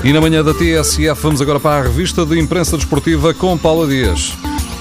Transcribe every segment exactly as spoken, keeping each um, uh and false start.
E na manhã da T S F vamos agora para a revista de imprensa desportiva com Paula Dias.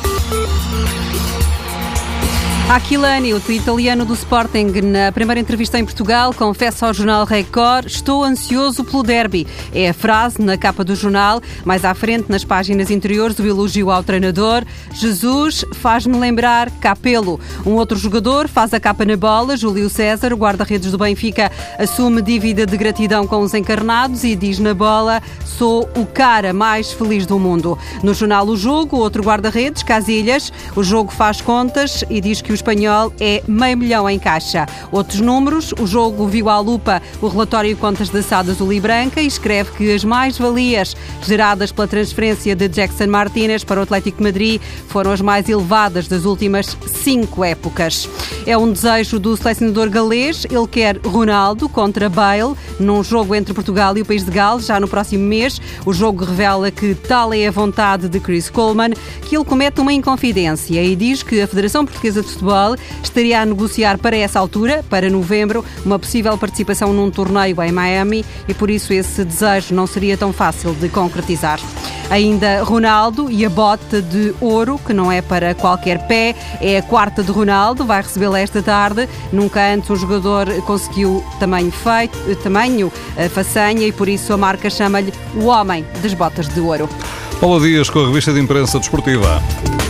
Aquilani, o italiano do Sporting, na primeira entrevista em Portugal, confessa ao jornal Record: estou ansioso pelo derby. É a frase na capa do jornal. Mais à frente, nas páginas interiores, o elogio ao treinador. Jesus faz-me lembrar Capello. Um outro jogador faz a capa na bola. Júlio César, o guarda-redes do Benfica, assume dívida de gratidão com os encarnados e diz na bola: sou o cara mais feliz do mundo. No jornal O Jogo, outro guarda-redes, Casilhas, o jogo faz contas e diz que o espanhol é meio milhão em caixa. Outros números: o jogo viu à lupa o relatório de contas da S A D Azul e Branca e escreve que as mais-valias geradas pela transferência de Jackson Martínez para o Atlético de Madrid foram as mais elevadas das últimas cinco épocas. É um desejo do selecionador galês. Ele quer Ronaldo contra Bale num jogo entre Portugal e o País de Gales já no próximo mês. O jogo revela que tal é a vontade de Chris Coleman que ele comete uma inconfidência e diz que a Federação Portuguesa de Futebol estaria a negociar para essa altura, para novembro, uma possível participação num torneio em Miami e por isso esse desejo não seria tão fácil de concretizar. Ainda Ronaldo e a bota de ouro, que não é para qualquer pé, é a quarta de Ronaldo, vai recebê-la esta tarde. Nunca antes um jogador conseguiu tamanho feito, tamanho, façanha e por isso a marca chama-lhe o homem das botas de ouro. Paula Dias com a revista de imprensa desportiva.